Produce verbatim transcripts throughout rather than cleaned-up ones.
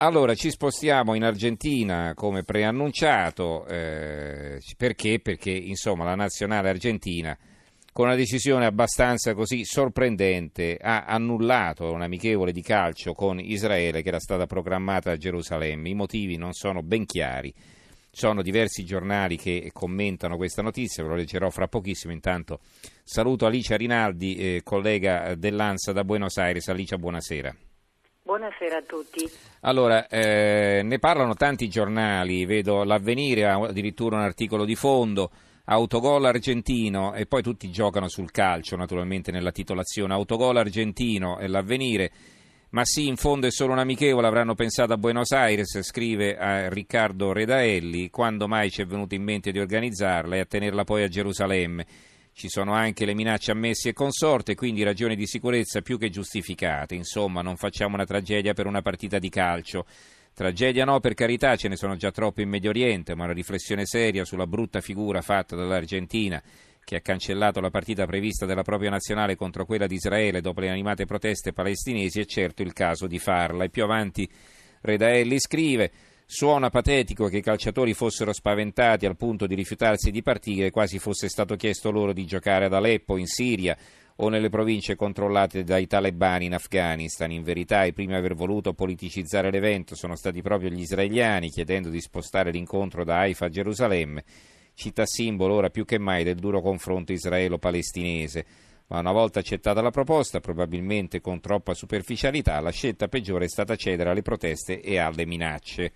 Allora, ci spostiamo in Argentina come preannunciato, eh, perché? Perché insomma la nazionale argentina con una decisione abbastanza così sorprendente ha annullato un amichevole di calcio con Israele che era stata programmata a Gerusalemme. I motivi non sono ben chiari, sono diversi giornali che commentano questa notizia, ve lo leggerò fra pochissimo. Intanto saluto Alicia Rinaldi, eh, collega dell'ANSA da Buenos Aires. Alicia, buonasera. Buonasera a tutti. Allora, eh, ne parlano tanti giornali, vedo l'Avvenire, ha addirittura un articolo di fondo, autogol argentino, e poi tutti giocano sul calcio naturalmente nella titolazione, autogol argentino e l'Avvenire, ma sì, in fondo è solo un amichevole, avranno pensato a Buenos Aires, scrive a Riccardo Redaelli, quando mai ci è venuto in mente di organizzarla e a tenerla poi a Gerusalemme. Ci sono anche le minacce a Messi e consorte, quindi ragioni di sicurezza più che giustificate. Insomma, non facciamo una tragedia per una partita di calcio. Tragedia no, per carità, ce ne sono già troppe in Medio Oriente, ma una riflessione seria sulla brutta figura fatta dall'Argentina, che ha cancellato la partita prevista della propria nazionale contro quella di Israele dopo le animate proteste palestinesi, è certo il caso di farla. E più avanti Redaelli scrive: suona patetico che i calciatori fossero spaventati al punto di rifiutarsi di partire, quasi fosse stato chiesto loro di giocare ad Aleppo, in Siria, o nelle province controllate dai talebani in Afghanistan. In verità, i primi a aver voluto politicizzare l'evento sono stati proprio gli israeliani, chiedendo di spostare l'incontro da Haifa a Gerusalemme, città simbolo ora più che mai del duro confronto israelo-palestinese. Ma una volta accettata la proposta, probabilmente con troppa superficialità, la scelta peggiore è stata cedere alle proteste e alle minacce.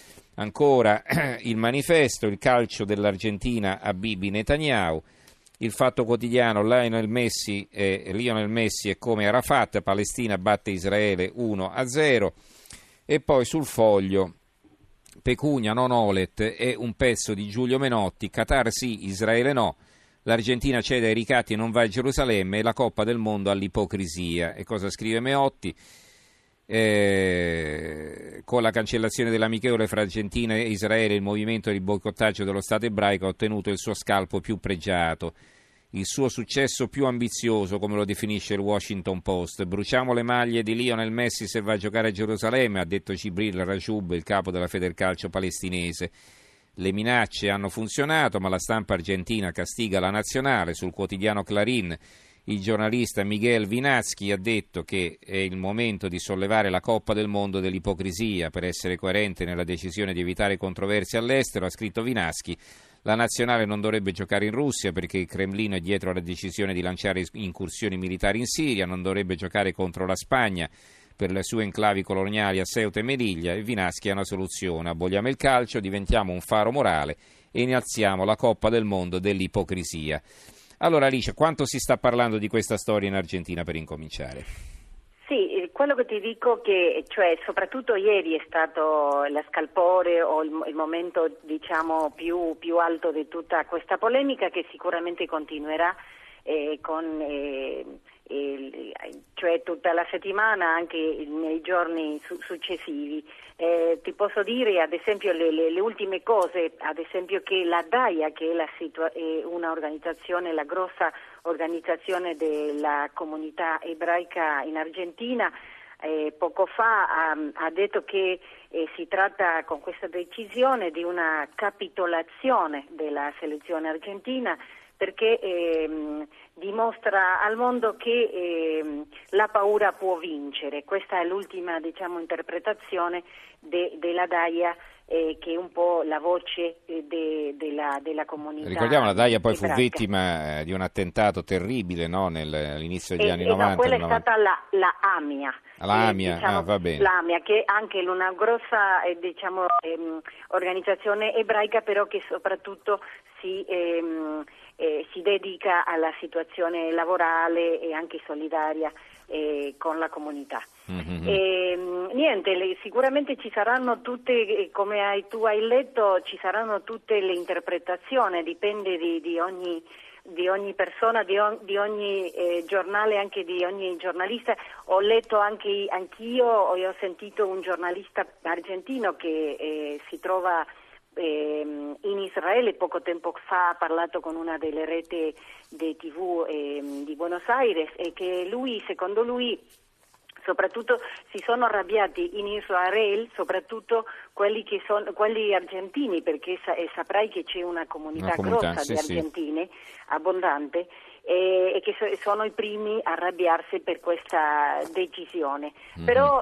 Ancora il manifesto, il calcio dell'Argentina a Bibi Netanyahu, il Fatto Quotidiano, Lionel Messi, eh, Lionel Messi è come Arafat, Palestina batte Israele uno a zero, e poi sul Foglio, Pecunia non olet, è un pezzo di Giulio Menotti, Qatar sì, Israele no, l'Argentina cede ai ricatti e non va a Gerusalemme e la Coppa del Mondo all'ipocrisia. E cosa scrive Meotti? Eh, con la cancellazione dell'amichevole fra Argentina e Israele, il movimento di boicottaggio dello Stato ebraico ha ottenuto il suo scalpo più pregiato, il suo successo più ambizioso, come lo definisce il Washington Post. Bruciamo le maglie di Lionel Messi se va a giocare a Gerusalemme, ha detto Jibril Rajoub, il capo della Federcalcio palestinese. Le minacce hanno funzionato, ma la stampa argentina castiga la nazionale. Sul quotidiano Clarín il giornalista Miguel Vinazzi ha detto che è il momento di sollevare la Coppa del Mondo dell'ipocrisia per essere coerente nella decisione di evitare controversie all'estero. Ha scritto Vinazzi: la nazionale non dovrebbe giocare in Russia perché il Cremlino è dietro alla decisione di lanciare incursioni militari in Siria, non dovrebbe giocare contro la Spagna per le sue enclavi coloniali a Ceuta e Melilla, e Vinazzi ha una soluzione: aboliamo il calcio, diventiamo un faro morale e innalziamo la Coppa del Mondo dell'ipocrisia. Allora Alice, quanto si sta parlando di questa storia in Argentina per incominciare? Sì, quello che ti dico che, cioè, soprattutto ieri è stato la scalpore o il, il momento, diciamo, più, più alto di tutta questa polemica, che sicuramente continuerà eh, con eh, il, cioè tutta la settimana, anche nei giorni su, successivi. Eh, ti posso dire ad esempio le, le, le ultime cose, ad esempio che la DAIA, che è, la situa- è una organizzazione, la grossa organizzazione della comunità ebraica in Argentina, eh, poco fa ha, ha detto che eh, si tratta con questa decisione di una capitolazione della selezione argentina, perché ehm, dimostra al mondo che ehm, la paura può vincere. Questa è l'ultima, diciamo, interpretazione de, della DAIA, eh, che è un po' la voce eh, de, della, della comunità. Ricordiamo, la DAIA poi ebraica. fu vittima di un attentato terribile, no? Nel, all'inizio degli e, anni e novanta. No, quella è novanta. stata la, la AMIA. La AMIA, eh, diciamo, ah, va bene. L'AMIA, che è anche una grossa eh, diciamo, ehm, organizzazione ebraica, però che soprattutto si... Ehm, Eh, si dedica alla situazione lavorale e anche solidaria eh, con la comunità. Mm-hmm. E, niente, le, sicuramente ci saranno tutte, eh, come hai, tu hai letto, ci saranno tutte le interpretazioni, dipende di, di ogni di ogni persona, di, on, di ogni eh, giornale, anche di ogni giornalista. Ho letto anche anch'io, ho, ho sentito un giornalista argentino che eh, si trova in Israele, poco tempo fa ha parlato con una delle reti di tivù eh, di Buenos Aires, e che lui, secondo lui, soprattutto si sono arrabbiati in Israele, soprattutto quelli che sono quelli argentini, perché sa, eh, saprai che c'è una comunità, una comunità grossa sì, di argentini, sì. abbondante, e, e che so, sono i primi a arrabbiarsi per questa decisione. Mm-hmm. Però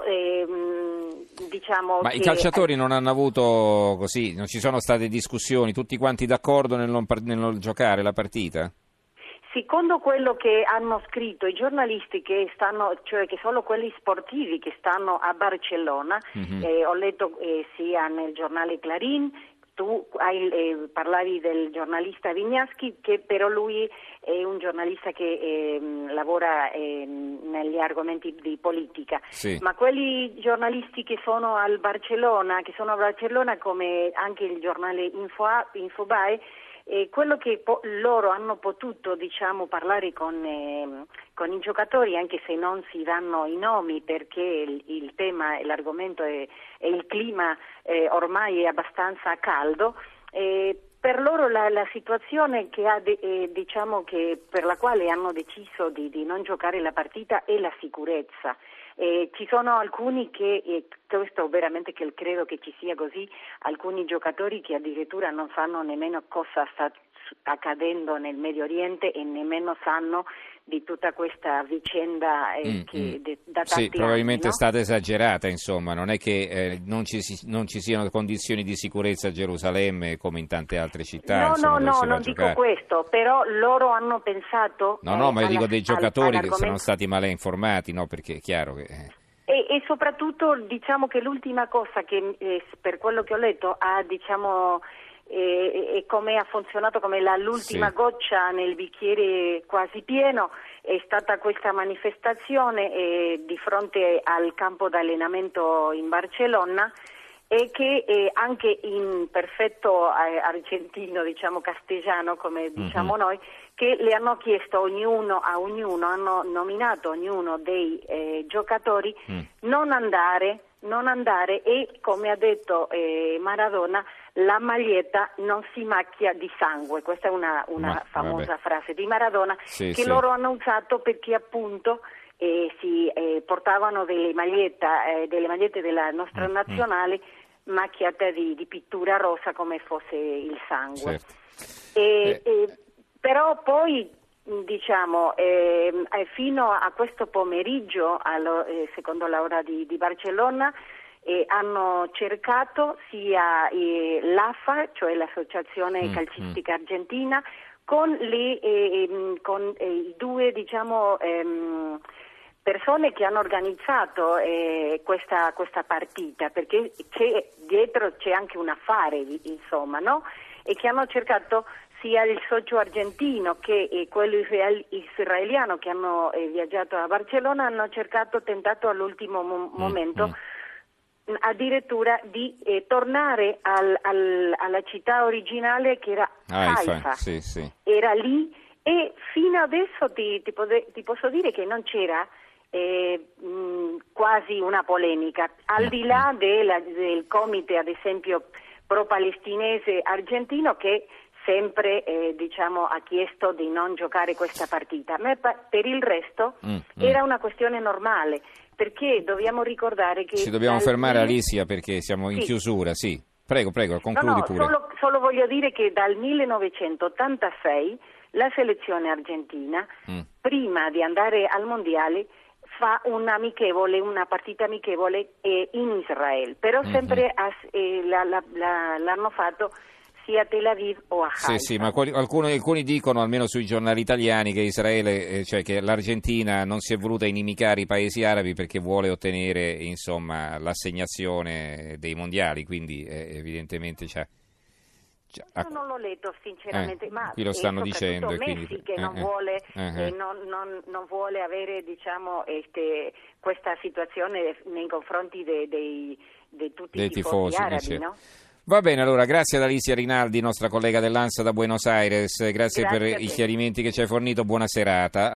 ehm, diciamo Ma che... i calciatori non hanno avuto così, non ci sono state discussioni, tutti quanti d'accordo nel non, nel non giocare la partita? Secondo quello che hanno scritto i giornalisti che stanno, cioè che sono quelli sportivi che stanno a Barcellona, mm-hmm. eh, ho letto eh, sia nel giornale Clarín, tu hai, eh, parlavi del giornalista Vignaschi, che però lui è un giornalista che eh, lavora eh, negli argomenti di politica, sì. Ma quelli giornalisti che sono al Barcellona, che sono a Barcellona come anche il giornale Info, Infobae, E quello che po- loro hanno potuto, diciamo, parlare con, eh, con i giocatori, anche se non si danno i nomi perché il, il tema e l'argomento e il clima eh, ormai è abbastanza caldo, eh, per loro la, la situazione che ha de- eh, diciamo che per la quale hanno deciso di, di non giocare la partita è la sicurezza. Eh, ci sono alcuni che, eh, questo veramente che credo che ci sia così, alcuni giocatori che addirittura non sanno nemmeno cosa sta accadendo nel Medio Oriente e nemmeno sanno di tutta questa vicenda eh, mm, che mm. De, da tanti sì, probabilmente anni, no? È stata esagerata, insomma, non è che eh, non, ci, non ci siano condizioni di sicurezza a Gerusalemme come in tante altre città. No, insomma, no, no, non dico questo, però loro hanno pensato... No, no, eh, ma io alla, dico dei giocatori al, che sono stati male informati, no, perché è chiaro che... Eh. E, e soprattutto diciamo che l'ultima cosa che eh, per quello che ho letto ha diciamo... E, e come ha funzionato come la, l'ultima sì. goccia nel bicchiere quasi pieno è stata questa manifestazione eh, di fronte al campo d'allenamento in Barcellona e che eh, anche in perfetto eh, argentino, diciamo castigiano come diciamo mm-hmm. noi, che le hanno chiesto ognuno a ognuno, hanno nominato ognuno dei eh, giocatori mm. non andare non andare e, come ha detto eh, Maradona, la maglietta non si macchia di sangue. Questa è una, una Ma, famosa vabbè. frase di Maradona sì, che sì. loro hanno usato perché appunto eh, si eh, portavano delle magliette, eh, delle magliette della nostra mm, nazionale mm. macchiate di, di pittura rosa come fosse il sangue. Certo. E, eh. E, però poi diciamo eh, fino a questo pomeriggio allo, eh, secondo l'ora di, di Barcellona eh, hanno cercato sia eh, l'A F A, cioè l'associazione mm, calcistica mm. argentina, con, le, eh, con eh, i due diciamo ehm, persone che hanno organizzato eh, questa, questa partita, perché c'è, dietro c'è anche un affare, insomma, no? E che hanno cercato sia il socio argentino che eh, quello israeliano che hanno eh, viaggiato a Barcellona hanno cercato, tentato all'ultimo mo- momento mm-hmm. addirittura di eh, tornare al, al, alla città originale che era Haifa, Haifa. Sì, sì. Era lì e fino adesso ti, ti, pode- ti posso dire che non c'era eh, mh, quasi una polemica, al mm-hmm. di là della, del comite ad esempio pro-palestinese argentino che sempre eh, diciamo ha chiesto di non giocare questa partita, ma per il resto mm, mm. era una questione normale, perché dobbiamo ricordare che... Ci dobbiamo fermare Alicia perché siamo in sì. chiusura, sì. Prego, prego, concludi no, no, pure. Solo, solo voglio dire che dal millenovecentottantasei la selezione argentina, mm. prima di andare al mondiale, fa un amichevole, una partita amichevole eh, in Israele, però mm-hmm. sempre as, eh, la, la, la, l'hanno fatto sia a Tel Aviv o a Haifa. Sì, sì, ma quali, alcuni, alcuni dicono, almeno sui giornali italiani, che Israele, eh, cioè che l'Argentina non si è voluta inimicare i paesi arabi perché vuole ottenere, insomma, l'assegnazione dei mondiali, quindi eh, evidentemente c'è... Io non l'ho letto sinceramente, eh, ma qui lo stanno dicendo Messi quindi, che eh, non, eh, vuole, eh, eh, non, non, non vuole avere diciamo este, questa situazione nei confronti de, dei, de tutti dei i tifosi, tifosi arabi, dice. no? Va bene, allora grazie ad Alicia Rinaldi, nostra collega dell'ANSA da Buenos Aires, grazie, grazie per i chiarimenti che ci hai fornito, buona serata.